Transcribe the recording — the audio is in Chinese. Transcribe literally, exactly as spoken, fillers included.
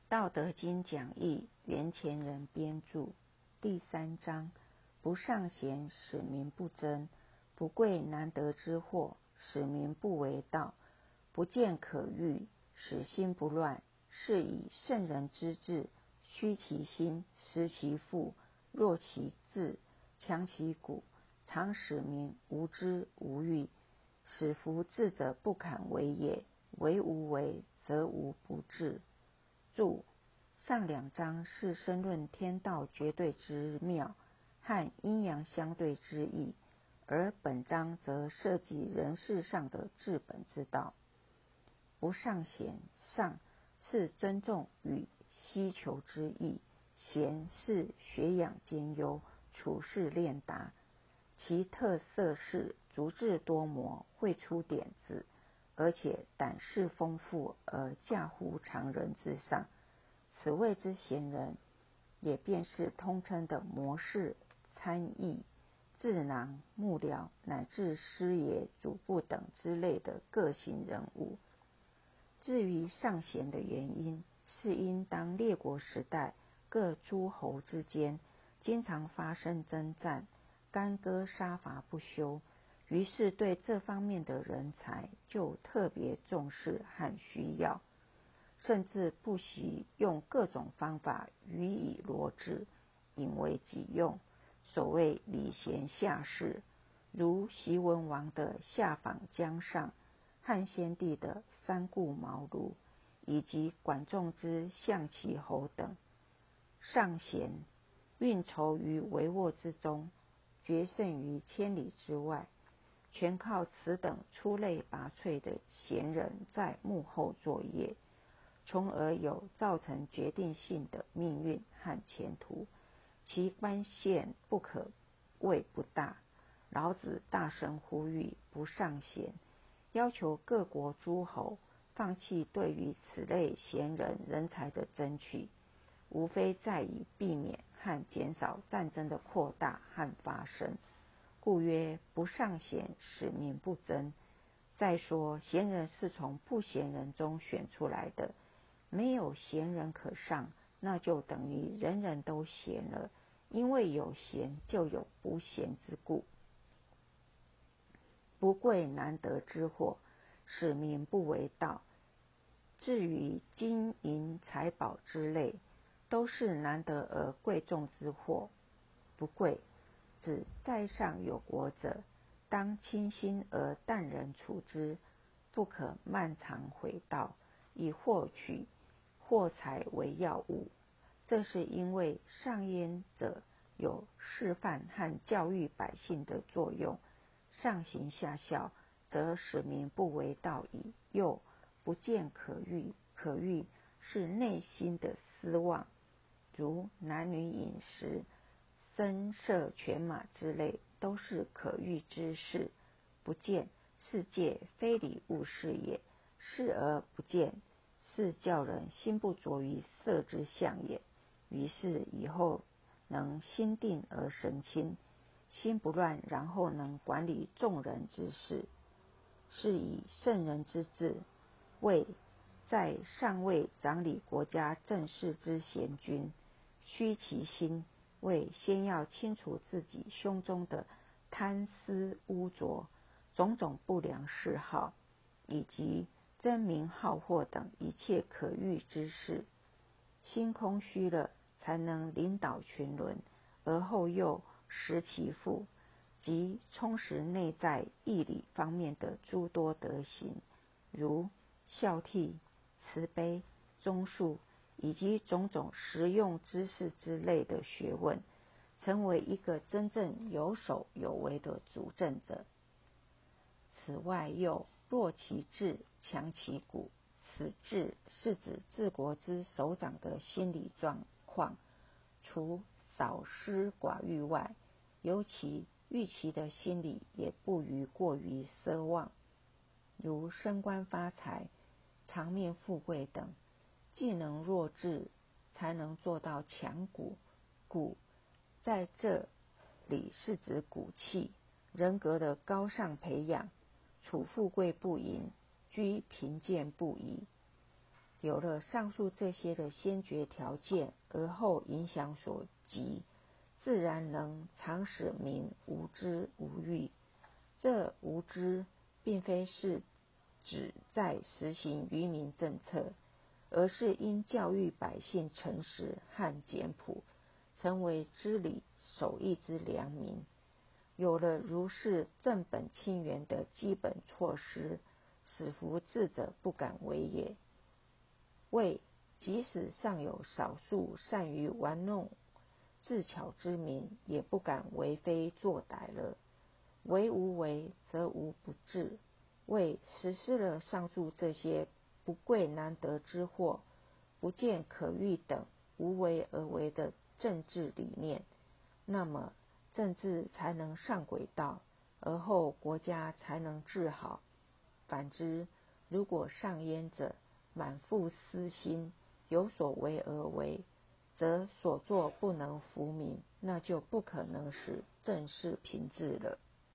道德经讲义袁前人编著，第三章：不尚贤，使民不争；不贵难得之货，使民不为盗；不见可欲，使心不乱。是以圣人之治，虚其心，实其腹，弱其志，强其骨，常使民无知无欲。使夫智者不敢为也，为无为，则无不治。注：上两章是申论天道绝对之妙和阴阳相对之意，而本章则涉及人世上的治本之道。不尚贤，尚是尊重与希求之意，贤是学养兼优，处事练达。其特色是足智多谋，会出点子，而且胆识丰富而驾乎常人之上。此谓之贤人，也便是通称的谋士、参议、智囊、幕僚乃至师爷、主簿等之类的各型人物。至于尚贤的原因，是因当列国时代各诸侯之间经常发生征战，干戈杀伐不休，于是对这方面的人才就特别重视和需要，甚至不惜用各种方法予以罗织，引为己用。所谓礼贤下士，如习文王的下访江上，汉献帝的三顾茅庐，以及管仲之象棋侯等。尚贤运筹于帷幄之中，决胜于千里之外，全靠此等出类拔萃的贤人在幕后作业，从而有造成决定性的命运和前途，其关键不可谓不大。老子大声呼吁不尚贤，要求各国诸侯放弃对于此类贤人人才的争取，无非在以避免和减少战争的扩大和发生。故曰不尚贤，使民不争。再说贤人是从不贤人中选出来的，没有贤人可上，那就等于人人都贤了，因为有贤就有不贤之故。不贵难得之货，使民不为盗。至于金银财宝之类，都是难得而贵重之货。不贵，指在上有国者，当清心而淡然处之，不可漫藏毁盗，以获取货财为要务。这是因为上焉者有示范和教育百姓的作用，上行下效，则使民不为盗矣。又不见可欲，可欲是内心的思望，如男女饮食、僧舍犬马之类，都是可欲之事。不见是借非礼勿视也，视而不见，是叫人心不着于色之相也。于是以后能心定而神清，心不乱，然后能管理众人之事。是以圣人之治，为在尚未掌理国家政事之贤君，虚其心，为先要清除自己胸中的贪私污浊、种种不良嗜好，以及争名好货等一切可欲之事。心空虚了，才能领导群伦，而后又实其腹，即充实内在义理方面的诸多德行，如孝悌、慈悲、忠恕，以及种种实用知识之类的学问，成为一个真正有手有为的主政者。此外又弱其志，强其骨。此志是指治国之首长的心理状况，除少私寡欲外，尤其欲其的心理也不于过于奢望，如升官发财、长命富贵等。既能弱智，才能做到强骨。骨在这里是指骨气，人格的高尚培养，处富贵不淫，居贫贱不移。 有了上述这些的先决条件，而后影响所及，自然能常使民无知无欲。这无知并非是指在实行愚民政策，而是因教育百姓诚实和简朴，成为知礼守义之良民。有了如是正本清源的基本措施，使夫智者不敢为也。为即使尚有少数善于玩弄智巧之民，也不敢为非作歹了。为无为，则无不治。为实施了上述这些不贵难得之货、不见可欲等无为而为的政治理念，那么政治才能上轨道，而后国家才能治好。反之，如果上焉者满腹私心，有所为而为，则所作不能服民，那就不可能使政事平治了。